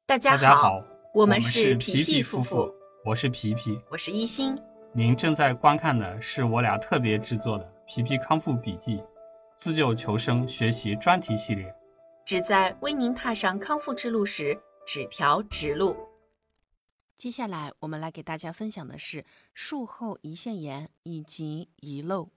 大家好， 大家好， 我们们是皮皮夫妇， 我是皮皮。 我是一心。 您正在观看的是我俩特别制作的皮皮康复笔记自救求生学习专题系列， 旨在为您踏上康复之路时指条直路。接下来我们来给大家分享的是术后胰腺炎以及遗漏。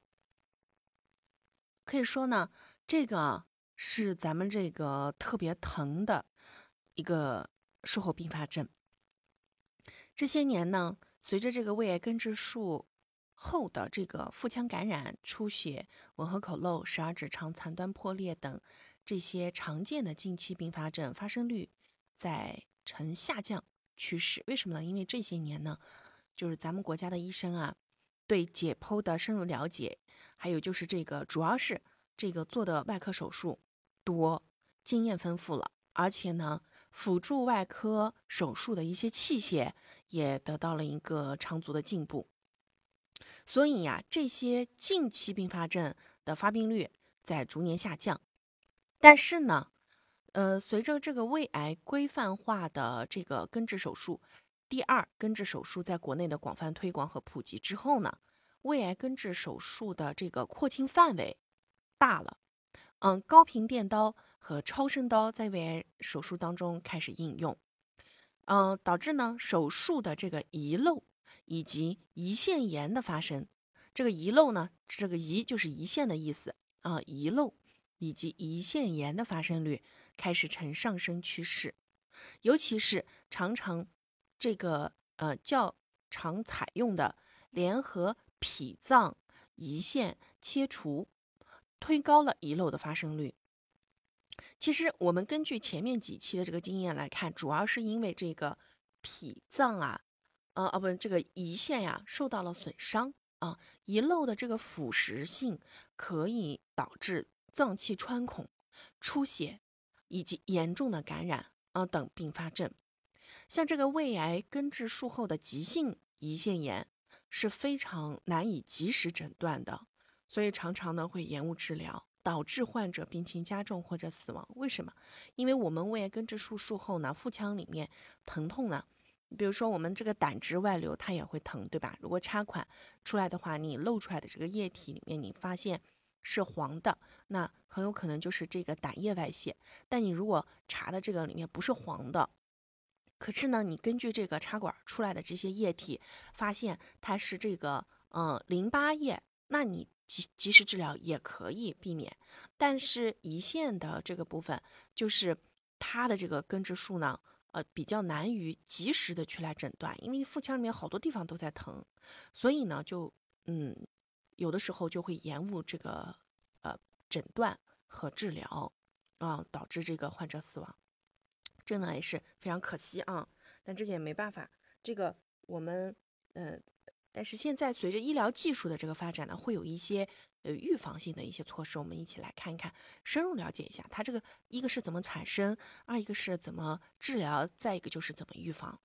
可以说呢，这个是咱们这个特别疼的一个术后并发症。这些年呢，随着这个胃癌根治术后的这个腹腔感染、出血、吻合口漏、十二指肠残端破裂等这些常见的近期并发症发生率在呈下降趋势。为什么呢？因为这些年呢，就是咱们国家的医生啊，对解剖的深入了解，还有就是这个主要是这个做的外科手术多，经验丰富了，而且呢，辅助外科手术的一些器械也得到了一个长足的进步。所以呀，这些近期并发症的发病率在逐年下降。但是呢，随着这个胃癌规范化的这个根治手术，第二根治手术在国内的广泛推广和普及之后呢，胃癌根治手术的这个扩清范围大了。高频电刀和超声刀在胃癌手术当中开始应用，导致呢手术的这个遗漏以及胰腺炎的发生。这个遗漏呢，这个胰就是胰腺的意思啊，遗漏以及胰腺炎的发生率开始呈上升趋势，尤其是常常这个较常采用的联合脾脏胰腺切除，推高了遗漏的发生率。其实我们根据前面几期的这个经验来看，主要是因为这个脾脏啊，不，这个胰腺呀受到了损伤啊，遗漏的这个腐蚀性可以导致脏器穿孔、出血以及严重的感染等并发症。像这个胃癌根治术后的急性胰腺炎是非常难以及时诊断的，所以常常呢会延误治疗，导致患者病情加重或者死亡。为什么？因为我们胃癌根治术后呢，腹腔里面疼痛呢，比如说我们这个胆汁外流，它也会疼，对吧？如果插管出来的话，你漏出来的这个液体里面，你发现是黄的，那很有可能就是这个胆液外泄。但你如果查的这个里面不是黄的，可是呢，你根据这个插管出来的这些液体，发现它是这个淋巴液，那你及时治疗也可以避免。但是胰腺的这个部分，就是它的这个根治术呢，比较难于及时的去来诊断，因为腹腔里面好多地方都在疼，所以呢，就有的时候就会延误这个诊断和治疗导致这个患者死亡。这呢也是非常可惜啊，但这个也没办法。这个我们但是现在随着医疗技术的这个发展呢，会有一些预防性的一些措施，我们一起来看一看，深入了解一下它这个一个是怎么产生，二一个是怎么治疗，再一个就是怎么预防。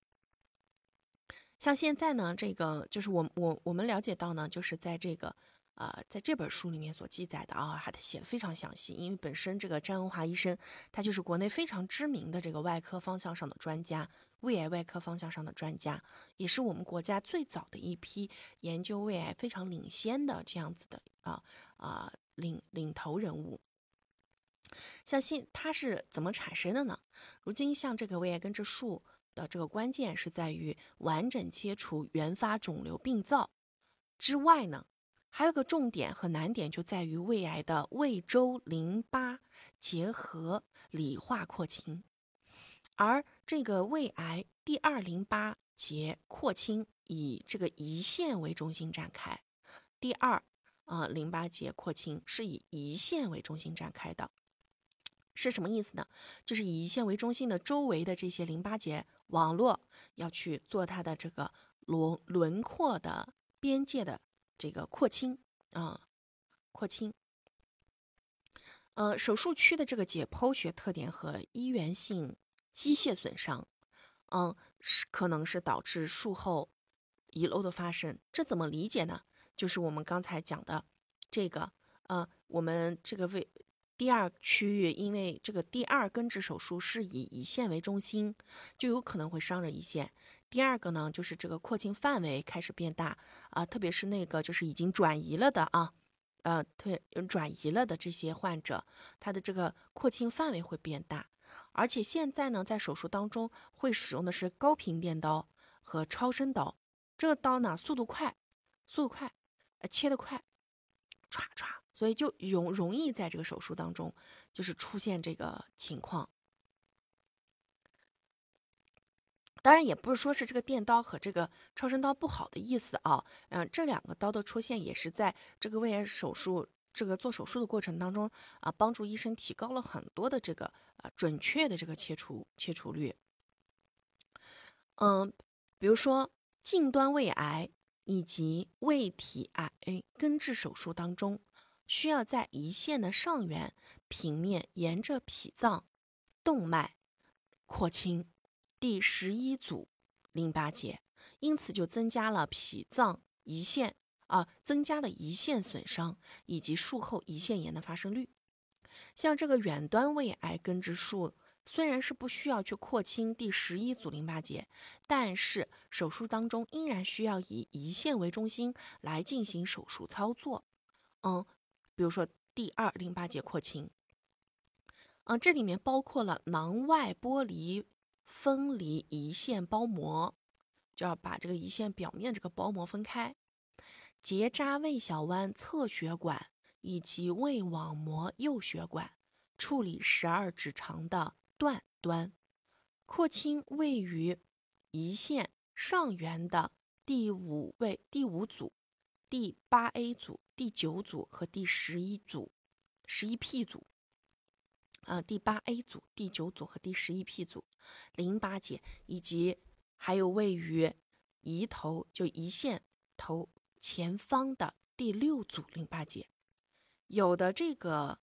像现在呢，这个就是我们了解到呢，就是在这个在这本书里面所记载的还写的非常详细，因为本身这个詹文华医生他就是国内非常知名的这个外科方向上的专家，胃癌外科方向上的专家，也是我们国家最早的一批研究胃癌非常领先的这样子的领头人物。像它是怎么产生的呢？如今像这个胃癌根治术的这个关键是在于完整切除原发肿瘤病灶之外呢，还有个重点和难点就在于胃癌的胃周淋巴结合理化扩清，而这个胃癌第二淋巴结扩清以这个胰腺为中心展开，第二淋巴结扩清是以胰腺为中心展开的。是什么意思呢？就是以胰腺为中心的周围的这些淋巴结网络要去做它的这个轮廓的边界的这个扩清扩清。手术区的这个解剖学特点和医源性机械损伤，可能是导致术后遗漏的发生。这怎么理解呢？就是我们刚才讲的这个，我们这个第二区域，因为这个第二根治手术是以胰腺为中心，就有可能会伤着胰腺。第二个呢，就是这个扩清范围开始变大啊，特别是那个就是已经转移了的啊，转移了的这些患者，他的这个扩清范围会变大。而且现在呢，在手术当中会使用的是高频电刀和超声刀，这个刀呢速度快，切得快，歘歘，所以就容易在这个手术当中就是出现这个情况。当然也不是说是这个电刀和这个超声刀不好的意思啊，这两个刀的出现也是在这个胃癌手术这个做手术的过程当中啊，帮助医生提高了很多的这个准确的这个切除率。比如说近端胃癌以及胃体癌根治手术当中，需要在胰腺的上缘平面沿着脾脏动脉扩清第11组淋巴结，因此就增加了脾脏胰腺增加了胰腺损伤以及术后胰腺炎的发生率。像这个远端胃癌根治术，虽然是不需要去扩清第11组淋巴结，但是手术当中依然需要以胰腺为中心来进行手术操作。比如说第2淋巴结扩清，这里面包括了囊外剥离分离胰腺包膜，就要把这个胰腺表面这个包膜分开，结扎胃小弯侧血管以及胃网膜右血管，处理12指肠的断端，扩清位于胰腺上缘的第5组、第8A 组、第9组和第11组、11P 组。第8A 组、第9组和第11P 组淋巴结，以及还有位于胰头就胰腺头前方的第6组淋巴结。有的这个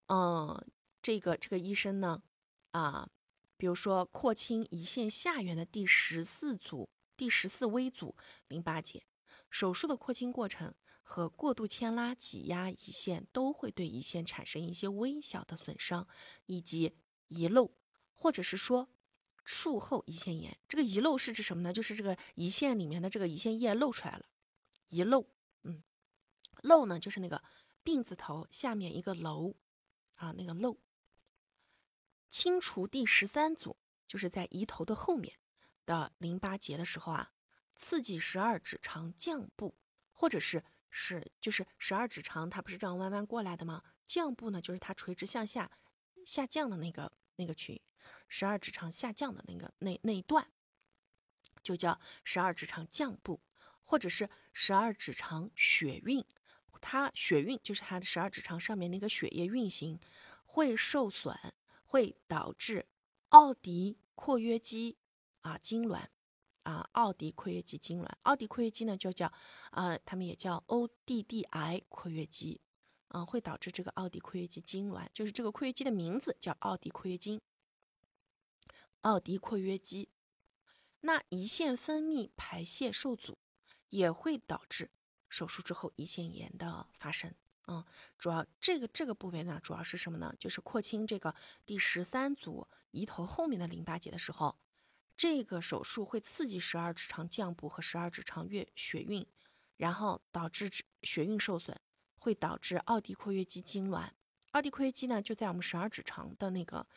医生呢比如说扩清胰腺下缘的第14组、第14微组淋巴结，手术的扩清过程和过度牵拉挤压胰腺都会对胰腺产生一些微小的损伤，以及遗漏，或者是说术后胰腺炎。这个遗漏是指什么呢？就是这个胰腺里面的这个胰腺液漏出来了，遗漏。漏呢就是那个病字头下面一个楼那个漏。清除第13组，就是在胰头的后面的淋巴结的时候刺激12指肠降部，或者就是12指肠它不是这样弯弯过来的吗？降部呢就是它垂直向下下降的那个区域，12指肠下降的那一段就叫12指肠降部，或者是12指肠血运。它血运就是它的12指肠上面那个血液运行会受损，会导致奥迪括约肌痉挛奥迪括约肌痉挛。奥迪括约肌呢就叫他们也叫 ODDI 括约肌会导致这个奥迪括约肌痉挛，就是这个括约肌的名字叫奥迪括约肌。那胰腺分泌排泄受阻也会导致手术之后胰腺炎的发生。主要这个部位呢，主要是什么呢？就是扩清这个第13组胰头后面的淋巴结的时候，这个手术会刺激12指肠降部和12指肠血运，然后导致血运受损，会导致奥迪括约肌痉挛。奥迪括约肌呢就在我们12指肠的那个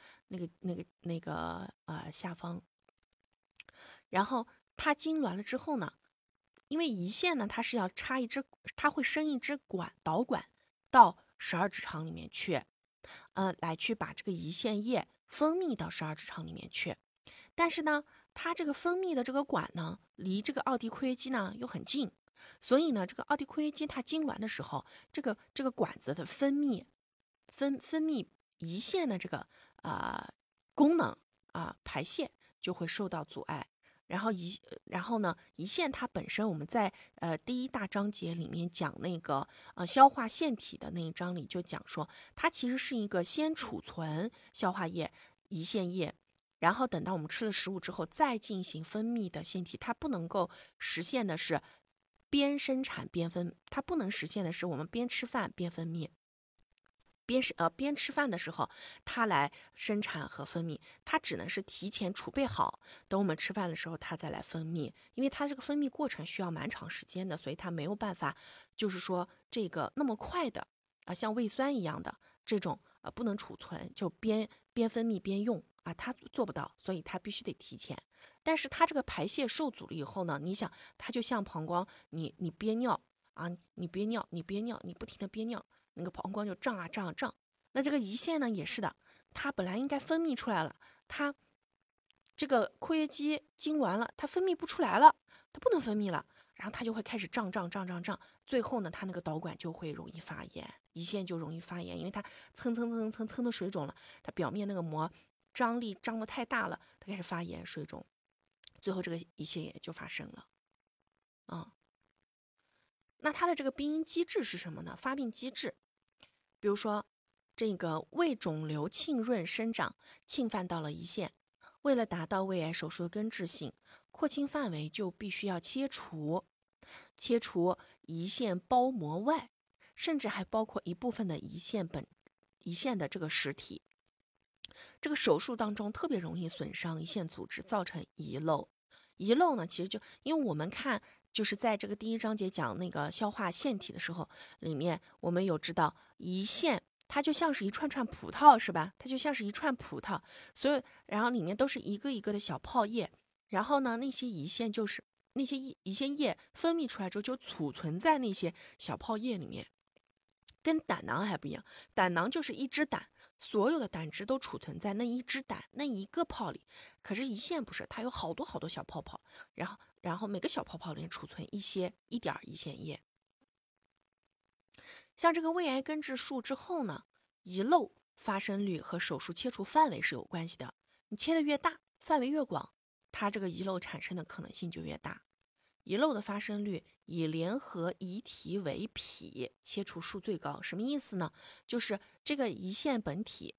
下方。然后它痉挛了之后呢，因为胰腺呢它是要它会伸一支导管到12指肠里面去，来去把这个胰腺液分泌到12指肠里面去。但是呢，它这个分泌的这个管呢，离这个奥迪括约肌呢又很近，所以呢，这个奥迪括约肌它痉挛的时候，这个管子的分泌胰腺的这个功能排泄就会受到阻碍。然后呢，胰腺它本身我们在第1大章节里面讲那个消化腺体的那一章里就讲说，它其实是一个先储存消化液胰腺液，然后等到我们吃了食物之后再进行分泌的腺体，它不能够实现的是边生产边它不能实现的是我们边吃饭边分泌。 边吃饭的时候，它来生产和分泌，它只能是提前储备好，等我们吃饭的时候它再来分泌，因为它这个分泌过程需要蛮长时间的，所以它没有办法，就是说这个那么快的像胃酸一样的这种不能储存，就边分泌边用它做不到，所以它必须得提前。但是它这个排泄受阻了以后呢，你想它就像膀胱，你憋尿你憋尿，你不停的憋尿，那个膀胱就胀胀。那这个胰腺呢也是的，它本来应该分泌出来了，它这个括约肌经完了，它分泌不出来了，它不能分泌了，然后它就会开始胀，最后呢，它那个导管就会容易发炎，胰腺就容易发炎，因为它蹭的水肿了，它表面那个膜张力张得太大了，它开始发炎水肿，最后这个胰腺炎就发生了。那它的这个病因机制是什么呢？发病机制，比如说这个胃肿瘤浸润生长，侵犯到了胰腺，为了达到胃癌手术的根治性，扩清范围就必须要切除胰腺包膜外，甚至还包括一部分的胰腺的这个实体。这个手术当中特别容易损伤胰腺组织，造成遗漏。遗漏呢，其实就因为我们看，就是在这个第1章节讲那个消化腺体的时候，里面我们有知道胰腺它就像是一串串葡萄，是吧？它就像是一串葡萄，所以然后里面都是一个一个的小泡液，然后呢，那些胰腺就是那些胰腺液分泌出来之后就储存在那些小泡液里面，跟胆囊还不一样，胆囊就是一只胆。所有的胆汁都储存在那一只胆那一个泡里，可是胰腺不是，它有好多小泡泡，然后每个小泡泡里面储存一点胰腺液。像这个胃癌根治术之后呢，遗漏发生率和手术切除范围是有关系的，你切的越大，范围越广，它这个遗漏产生的可能性就越大。遗漏的发生率以联合胰体为匹切除数最高，什么意思呢？就是这个胰腺本体，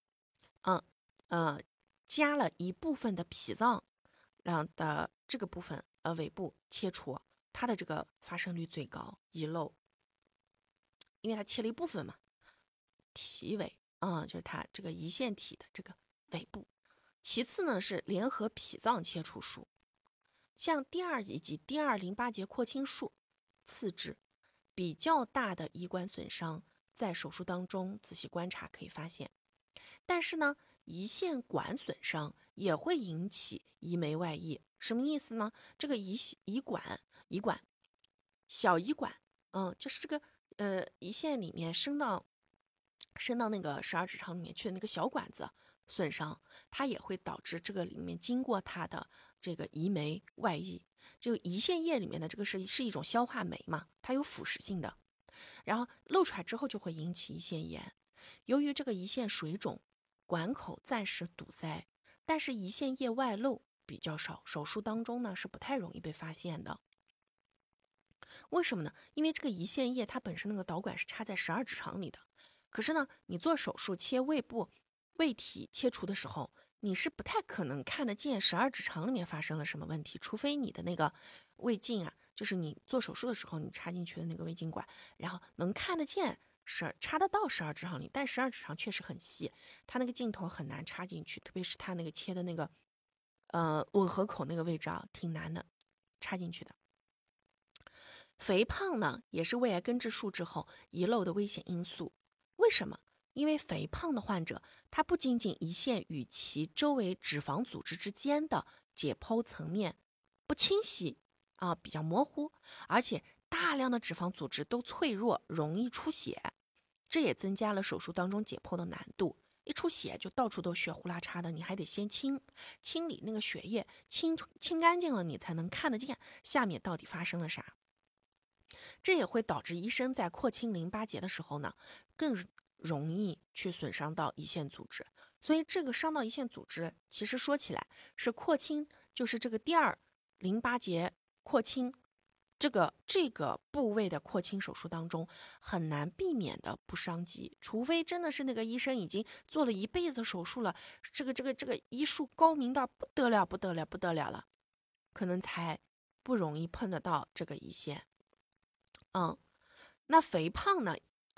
加了一部分的脾脏，让的这个部分尾部切除，它的这个发生率最高，遗漏，因为它切了一部分嘛，体尾，就是它这个胰腺体的这个尾部。其次呢是联合脾脏切除术。像第2以及第2淋巴结扩清术，次之，比较大的胰管损伤，在手术当中仔细观察可以发现。但是呢，胰腺管损伤也会引起胰酶外溢，什么意思呢？这个胰管，小胰管，就是这个胰腺里面伸到那个12指肠里面去的那个小管子损伤，它也会导致这个里面经过它的这个胰酶外溢。就胰腺液里面的这个是一种消化酶嘛，它有腐蚀性的，然后漏出来之后就会引起胰腺炎。由于这个胰腺水肿，管口暂时堵塞，但是胰腺液外漏比较少，手术当中呢是不太容易被发现的。为什么呢？因为这个胰腺液它本身那个导管是插在12指肠里的，可是呢，你做手术切胃体切除的时候，你是不太可能看得见12指肠里面发生了什么问题，除非你的那个胃镜就是你做手术的时候你插进去的那个胃镜管，然后能看得见插得到12指肠里，但12指肠确实很细，它那个镜头很难插进去，特别是它那个切的那个吻合口那个位置挺难的插进去的。肥胖呢，也是胃癌根治术之后遗漏的危险因素。为什么？因为肥胖的患者，它不仅仅胰腺与其周围脂肪组织之间的解剖层面不清晰比较模糊，而且大量的脂肪组织都脆弱，容易出血，这也增加了手术当中解剖的难度。一出血就到处都血呼啦叉的，你还得先清理那个血液，清干净了，你才能看得见下面到底发生了啥。这也会导致医生在扩清淋巴结的时候呢，更容易去损伤到胰腺组织。所以这个伤到胰腺组织，其实说起来是扩清，就是这个第2淋巴结扩清这个部位的扩清手术当中很难避免的不伤及，除非真的是那个医生已经做了一辈子手术了，这个医术高明到不得了了，可能才不容易碰得到这个胰腺。那肥胖呢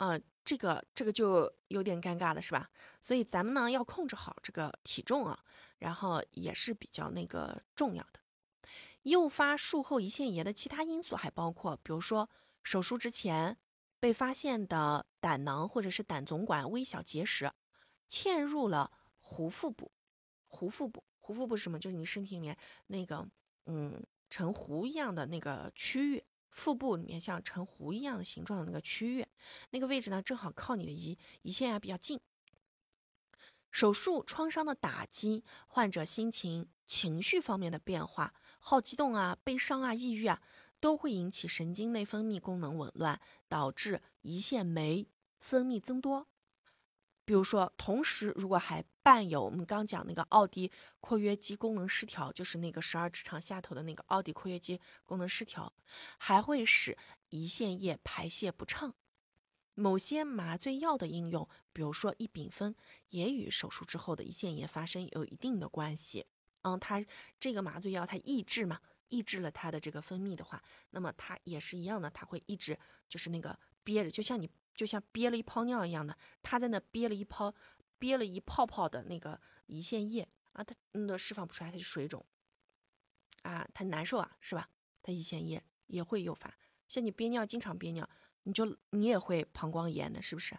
这个就有点尴尬了，是吧？所以咱们呢要控制好这个体重啊，然后也是比较那个重要的。诱发术后胰腺炎的其他因素还包括，比如说手术之前被发现的胆囊或者是胆总管微小结石嵌入了壶腹部。壶腹部是什么？就是你身体里面那个呈壶一样的那个区域，腹部里面像呈壶一样的形状的那个区域，那个位置呢正好靠你的胰腺比较近。手术创伤的打击，患者心情、情绪方面的变化，好激动啊、悲伤啊、抑郁啊，都会引起神经内分泌功能紊乱，导致胰腺酶分泌增多。比如说，同时如果还伴有我们刚讲那个奥迪括约肌功能失调，就是那个12指肠下头的那个奥迪括约肌功能失调，还会使胰腺液排泄不畅。某些麻醉药的应用，比如说异丙酚，也与手术之后的胰腺炎发生有一定的关系。它这个麻醉药它抑制了它的这个分泌的话，那么它也是一样的，它会一直就是那个憋着，就像憋了一泡尿一样的，它在那憋了一泡泡的那个胰腺液啊，它释放不出来，它就水肿啊，它难受啊，是吧？它胰腺液也会诱发，像你憋尿经常憋尿，你也会膀胱炎的，是不是？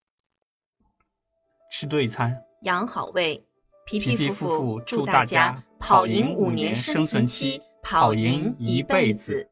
吃对餐， 养好胃。皮皮皮夫妇夫妇祝祝大大家家跑跑赢5 赢5年年生生存存期期， 跑跑赢赢一一辈子辈子。